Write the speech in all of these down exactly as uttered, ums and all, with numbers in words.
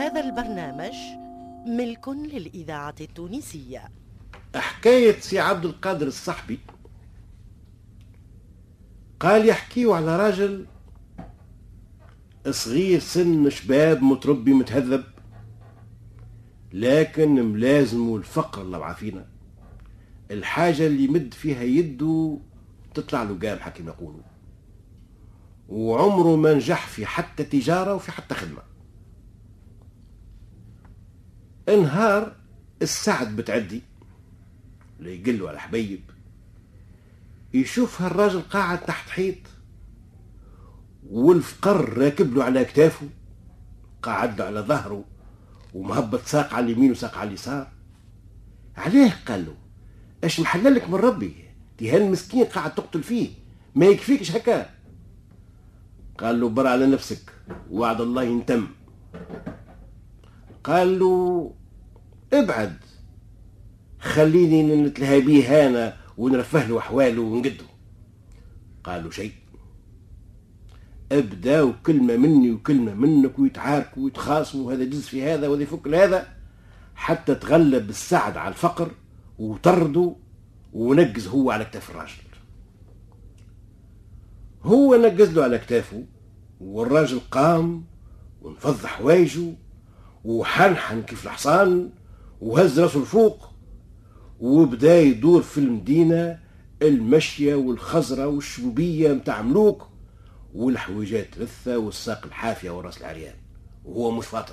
هذا البرنامج ملك للإذاعة التونسية. حكاية سي عبد القادر الصحبي قال يحكيو على راجل صغير سن شباب متربي متهذب، لكن ملازم الفقر الله عافينا، الحاجة اللي يمد فيها يده تطلع له قام كما يقولوا، وعمره ما نجح في حتى تجارة وفي حتى خدمة. انهار السعد بتعدي لا يقلوا على حبيب، يشوف هالراجل قاعد تحت حيط والفقر راكب له على كتافه، قاعد له على ظهره ومهبط ساق على اليمين وساق على اليسار. عليه؟ قال له اش محللك من ربي، تهان مسكين قاعد تقتل فيه، ما يكفيكش هكا؟ قال له بر على نفسك، وعد الله ينتم. قال له ابعد، خليني نتلهى بيه انا ونرفه له احواله ونقده. قال له شيء، ابدا وكلمه مني وكلمه منك ويتعاركوا ويتخاصموا، وهذا يجز في هذا وهذا يفك لهذا، حتى تغلب السعد على الفقر وطرده ونقز هو على كتاف الراجل. هو نقز له على كتافه، والراجل قام ونفض حوايجه وحنحن كيف الحصان وهز راسه لفوق، وبدا يدور في المدينة المشية والخزرة والشبوبية متاع ملوك، والحويجات رثة والساق الحافية والراس العريان، وهو مش فاطر.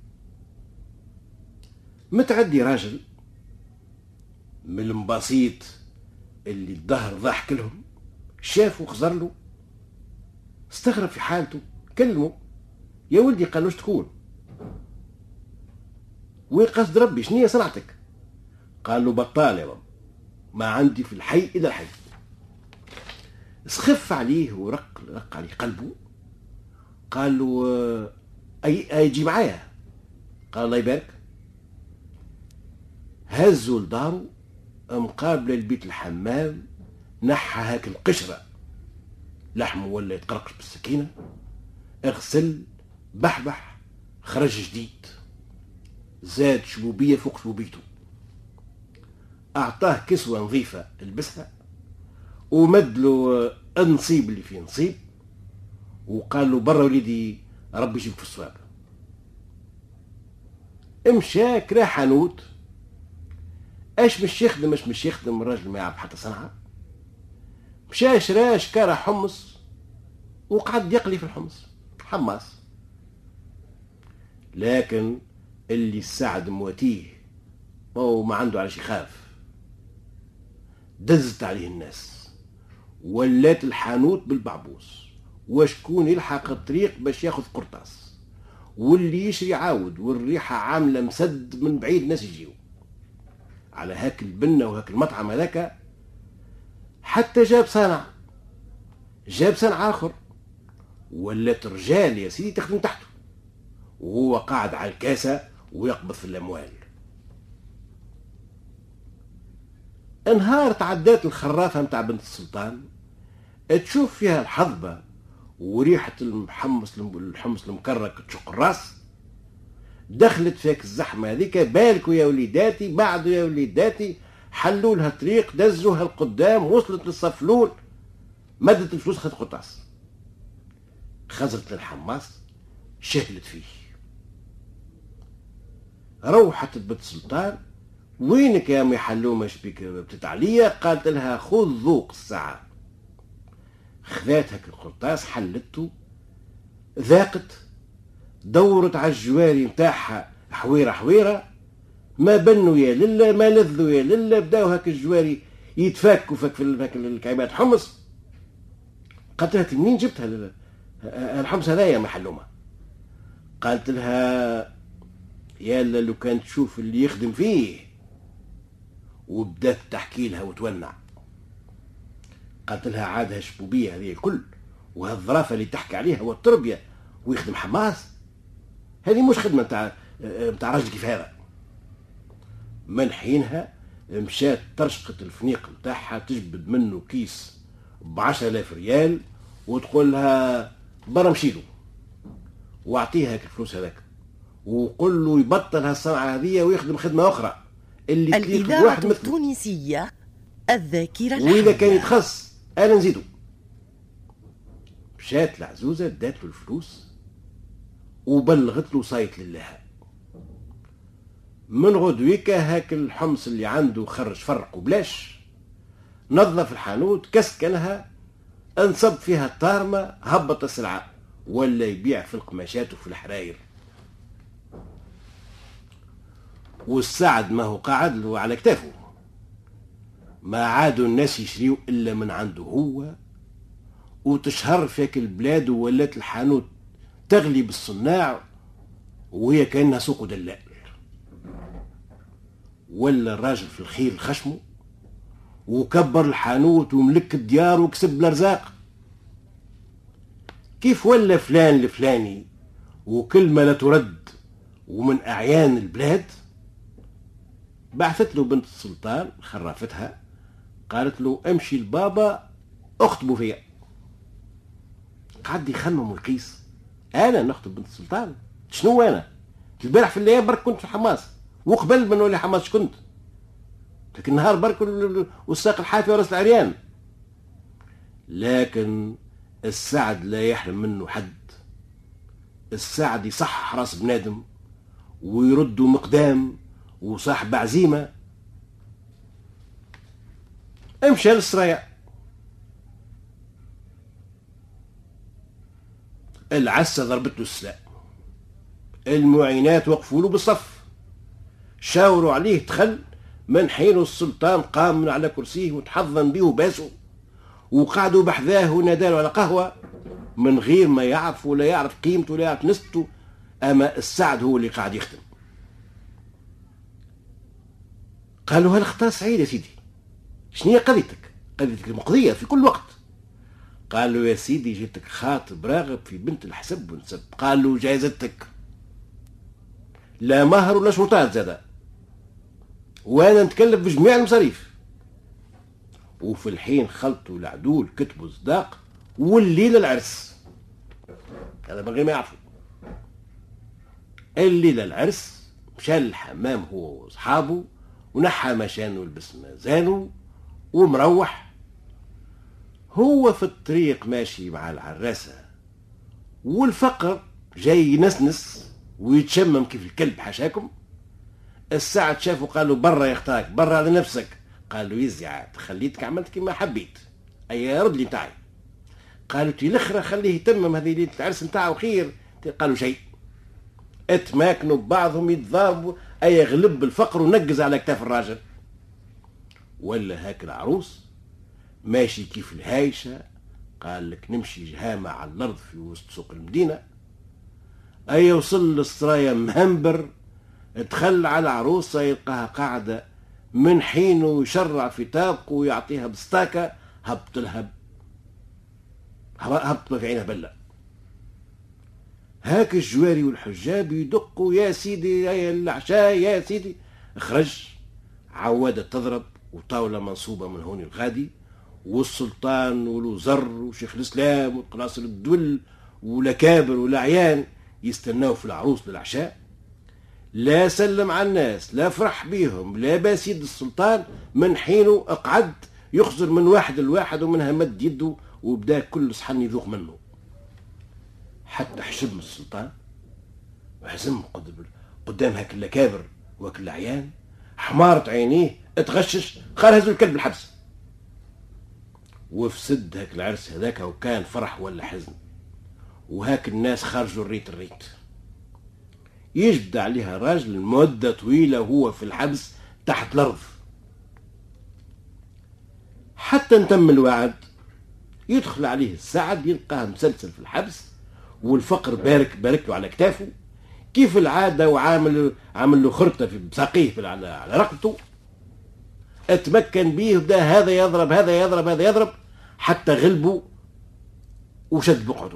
متعدي راجل من المباسيط اللي الظهر ضاحك لهم، شافه وخزر له، استغرب في حالته، كلمه يا ولدي، قال وش تكون؟ وين قصد ربي، شنية صنعتك؟ قال له بطال يا بابا، ما عندي في الحي إلا الحي. سخف عليه ورق رق عليه قلبه. قال له أي أيجي معايا؟ قال الله يبارك. هزوا لدارو مقابل البيت الحمام، نحى هاك القشرة لحمه ولا يتقرقش بالسكينة، اغسل بحبح، خرج جديد، زاد شبوبية فوق شبوبيته، أعطاه كسوة نظيفة البسها ومد له النصيب اللي فيه نصيب، وقال له برا وليدي ربي يجيبك في الصواب. امشى كرا حانوت، اش مش يخدم اش مش يخدم، الراجل ما يعرف حتى صنعة. مشى شرا شكارة حمص وقعد يقلي في الحمص حماس. لكن اللي السعد مواتيه وما عنده علاش يخاف، دزت عليه الناس، ولات الحانوت بالبعبوس، وشكون يلحق الطريق باش ياخذ قرطاس، واللي يشري عاود، والريحة عاملة مسد من بعيد ناس يجيو على هاك البنة وهاك المطعم هذاك. حتى جاب صانع، جاب صانع آخر، ولات رجال يا سيدي تخدم تحته، وهو قاعد على الكاسة ويقبض في الأموال. انهار تعدات الخرافة متاع بنت السلطان، تشوف فيها الحظبة وريحة المحمص الحمص المكرك تشق الراس، دخلت فيك الزحمة هذيك، بالكوا يا وليداتي، بعدوا يا وليداتي، حلوا لها طريق، دزوها القدام، وصلت للصفلول، مدت الفلوس خذت قطاس، خزرت للحماس، شهلت فيه. روحت بنت السلطان، وينك يا امي حلومه شبيك بتتعلية؟ قالت لها خذ ذوق الساعة. خذات هاك القرطاس، حلته، ذاقت، دورت على الجواري نتاعها حويرة حويرة، ما بنوا يا لله، ما لذوا يا لله، بداو هاك الجواري يتفاكوا فك في الكعبات حمص. قالت لها منين جبتها الحمص هذا يا محلومة؟ قالت لها يا لو كانت تشوف اللي يخدم فيه. وبدات تحكي لها وتولع. قالت لها عادها شبوبية هذه الكل، وهالظرافة اللي تحكي عليها والتربية ويخدم حماس، هذه مش خدمة متاع متاع راجل كيف هذا. من حينها مشات ترشقت الفنيق متاعها، تجبد منه كيس بعشرة آلاف ريال وتقول لها برا مشيلو واعطيها هاك الفلوس هذاك، وقل له يبطل هالصنعة هذه ويخدم خدمة أخرى اللي تليق الإذاعة بواحد مثله. التونسية الذاكرة الحية. وإذا كان يتخص أنا نزيدو. مشات العزوزة دات له الفلوس وبلغت له صايت لله. من غدويكا هاك الحمص اللي عنده خرج فرق وبلاش، نظف الحانوت كسكنها، انصب فيها الطارمة، هبط السلعة ولا يبيع في القماشات وفي الحراير. والسعد ما هو قاعد له على كتافه، ما عادوا الناس يشريوا إلا من عنده هو، وتشهر فيك البلاد وولات الحانوت تغلي بالصناع وهي كأنها سوق دلال. ولا الراجل في الخير خشمه وكبر الحانوت وملك الديار وكسب الارزاق. كيف ولا فلان الفلاني وكلمة لا ترد ومن أعيان البلاد. بعثت له بنت السلطان خرافتها، قالت له امشي لبابا اخطبوا فيا. قعد يخمم ويقيس، انا نخطب بنت السلطان؟ شنو انا؟ البارح في الليل برك كنت في حماس، وقبل من نولي حماس كنت، لكن نهار برك والساق الحافي وراس العريان. لكن السعد لا يحرم منه حد. السعد يصحح راس بنادم ويرد مقدام وصاحب عزيمة. امشى للسرايا. العسة ضربت له السلاء، المعينات وقفوا له بالصف، شاوروا عليه تخل. من حين السلطان قام من على كرسيه وتحضن به وباسوا، وقعدوا بحذاه ونادالوا على قهوة من غير ما يعرف ولا يعرف قيمته ولا يعرف نسبته. أما السعد هو اللي قاعد يخدم. قالوا هالخطأ سعيد يا سيدي، شنو هي قضيتك؟ قضيتك المقضية في كل وقت. قالوا يا سيدي جيتك خاطب راغب في بنت الحسب ونسب. قالوا جايزتك لا مهر ولا شروطات زادا، وانا نتكلف بجميع المصاريف. وفي الحين خلطوا العدول كتبوا صداق والليله العرس. هذا من غير ما يعرفوا. الليله العرس مشى الحمام هو واصحابه ونحى مشان ولبس مازانه ومروح. هو في الطريق ماشي مع العراسة والفقر جاي ينسنس ويتشمم كيف الكلب حشاكم. السعد شافه قال له برا يختارك، برا على نفسك. قال له يزعت خليتك عملت كما حبيت، اي رد لي نتاعي. قالوا تي الاخرى خليه يتمم هذه ليله العرس نتاعو خير. قالوا شيء، اتماكنوا ببعضهم يتضاربوا، اي غلب الفقر ونقز على كتاف الراجل. ولا هاك العروس ماشي كيف الهايشة، قال لك نمشي جهامة على الأرض في وسط سوق المدينة. أي وصل للسرايا مهنبر، دخل على العروسة يلقاها قاعدة من حينه يشرع في طابق ويعطيها بستاكة. هبط لها هبط في عينها بلة. هاك الجواري والحجاب يدقوا يا سيدي يا العشاء يا سيدي. خرج عوادة تضرب وطاولة منصوبة من هون الغادي، والسلطان والوزر وشيخ الاسلام والقناصل الدول والأكابر والأعيان يستناو في العروس للعشاء. لا سلم على الناس، لا فرح بيهم، لا باس يد السلطان. من حينه اقعد يخزر من واحد لواحد ومنها مد يده وبدا كل صحن يذوق منه. حتى حشم السلطان وحزم قدام هاك الأكابر وهاك الأعيان، حمارت عينيه اتغشش، قال هزوا الكلب الحبس. وفسد هاك العرس هذاك وكان فرح ولا حزن. وهاك الناس خرجوا الريت الريت. يجبد عليها راجل مدة طويلة وهو في الحبس تحت الأرض. حتى نتم الوعد يدخل عليه السعد يلقاه مسلسل في الحبس والفقر بارك بارك له على كتافه كيف العادة، وعامل عامل له خرطة في بساقيه على على رقبته. اتمكن به بدا هذا يضرب هذا يضرب هذا يضرب حتى غلبه وشد بقعده.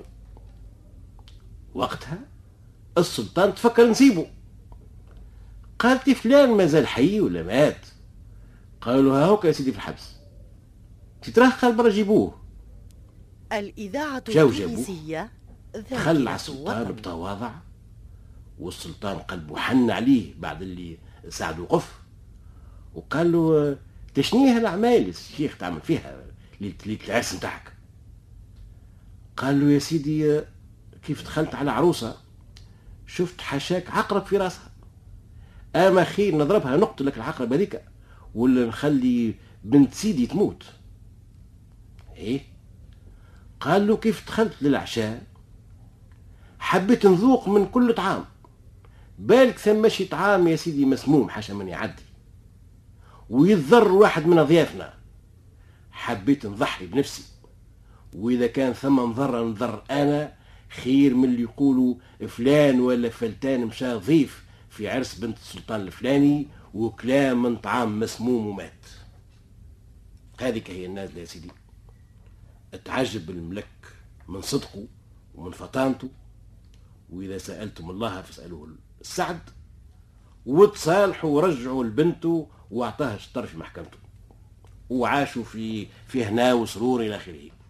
وقتها السلطان تفكر نسيبه. قالت فلان مازال حي ولا مات؟ قالوا ها هو يا سيدي في الحبس. تتراه قال برا جيبوه. الإذاعة التونسية خلع السلطان بتواضع والسلطان قلبه حن عليه بعد اللي ساعد وقف، وقال له تشنيه الأعمال الشيخ تعمل فيها ليلة العرس نتاعك؟ قال له يا سيدي كيف دخلت على عروسة شفت حاشاك عقرب في راسها، اما خير نضربها نقتلك العقرب هذيك ولا نخلي بنت سيدي تموت. ايه؟ قال له كيف دخلت للعشاء حبيت نذوق من كل طعام، بالك ثم شي طعام يا سيدي مسموم حاشا من يعدي ويتضر واحد من ضيافنا، حبيت نضحي بنفسي، واذا كان ثم نضر نضر انا خير من اللي يقولوا فلان ولا فلتان مشى ضيف في عرس بنت السلطان الفلاني وكلام من طعام مسموم ومات. هذيك هي النازله يا سيدي. اتعجب الملك من صدقه ومن فطانته، واذا سالتم الله فاسالوه السعد، وتصالحوا ورجعوا لبنته واعطاها الشطر في محكمته، وعاشوا في في هنا وسرور الى اخره.